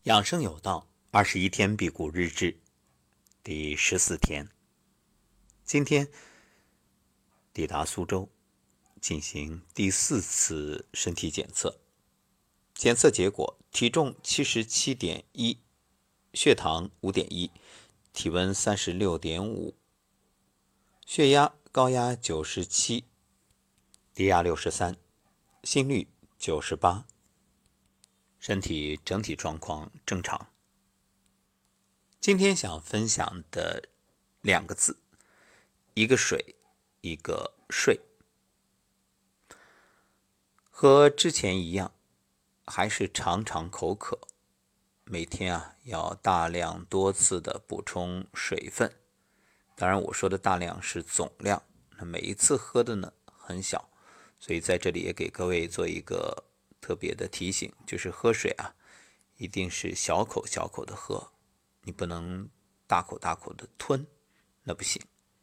养生有道，21天辟谷日志第14天。今天抵达苏州，进行第4次身体检测。检测结果：体重77.1，血糖5.1，体温36.5，血压高压97，低压63，心率98。身体整体状况正常。今天想分享的2个字，一个水，一个睡。和之前一样，还是常常口渴，每天要大量多次的补充水分。当然我说的大量是总量，那每一次喝的呢很小，所以在这里也给各位做一个特别的提醒，就是喝水一定是小口小口的喝，你不能大口大口的吞，那不行。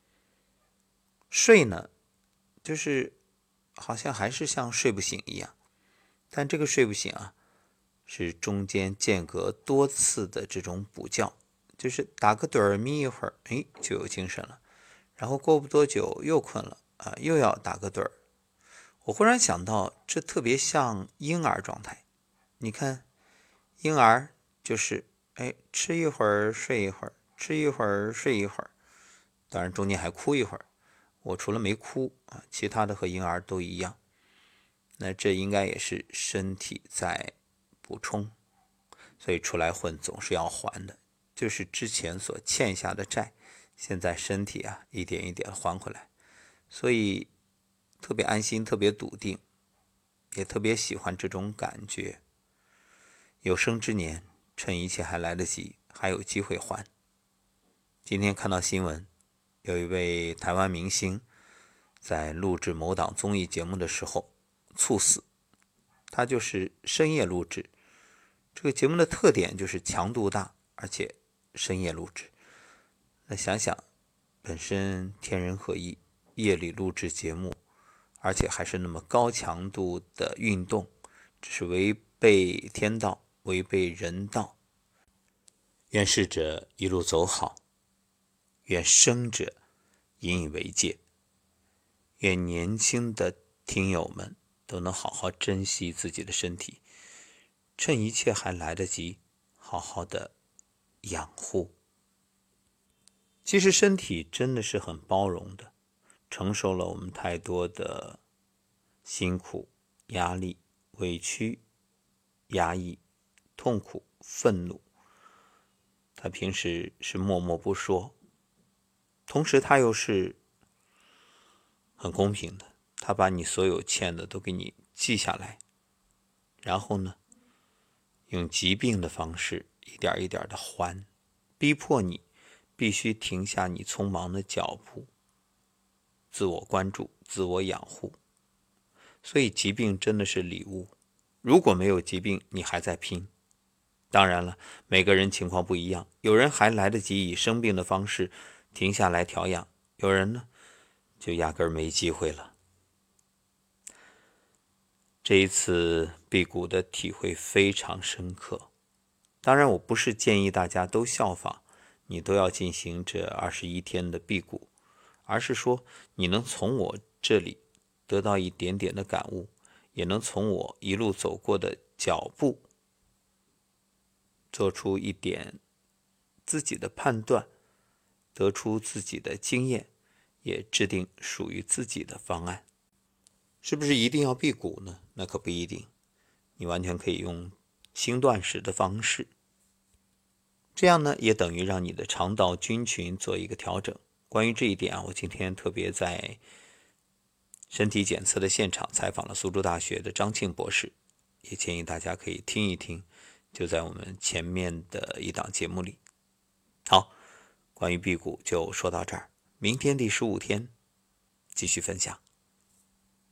睡呢，就是好像还是像睡不醒一样，但这个睡不醒是中间间隔多次的这种补觉，就是打个盹儿眯一会儿，就有精神了，然后过不多久又困了又要打个盹儿。我忽然想到，这特别像婴儿状态。你看，婴儿就是吃一会儿睡一会儿，吃一会儿睡一会儿，当然中间还哭一会儿。我除了没哭其他的和婴儿都一样。那这应该也是身体在补充，所以出来混总是要还的，就是之前所欠下的债，现在身体一点一点还回来，所以特别安心，特别笃定，也特别喜欢这种感觉。有生之年，趁一切还来得及，还有机会还。今天看到新闻，有一位台湾明星在录制某档综艺节目的时候猝死，他就是深夜录制。这个节目的特点就是强度大，而且深夜录制。那想想，本身天人合一，夜里录制节目，而且还是那么高强度的运动，这是违背天道，违背人道。愿逝者一路走好，愿生者引以为戒，愿年轻的听友们都能好好珍惜自己的身体，趁一切还来得及，好好的养护。其实身体真的是很包容的，承受了我们太多的辛苦、压力、委屈、压抑、痛苦、愤怒。他平时是默默不说，同时他又是很公平的，他把你所有欠的都给你记下来，然后呢，用疾病的方式一点一点的还，逼迫你必须停下你匆忙的脚步，自我关注，自我养护。所以疾病真的是礼物，如果没有疾病，你还在拼。当然了，每个人情况不一样，有人还来得及以生病的方式停下来调养，有人呢就压根儿没机会了。这一次辟谷的体会非常深刻，当然我不是建议大家都效仿，你都要进行这21天的辟谷，而是说你能从我这里得到一点点的感悟，也能从我一路走过的脚步做出一点自己的判断，得出自己的经验，也制定属于自己的方案。是不是一定要辟谷呢？那可不一定，你完全可以用轻断食的方式，这样呢也等于让你的肠道菌群做一个调整。关于这一点我今天特别在身体检测的现场采访了苏州大学的张庆博士，也建议大家可以听一听，就在我们前面的一档节目里。好，关于辟谷就说到这儿，明天第15天继续分享。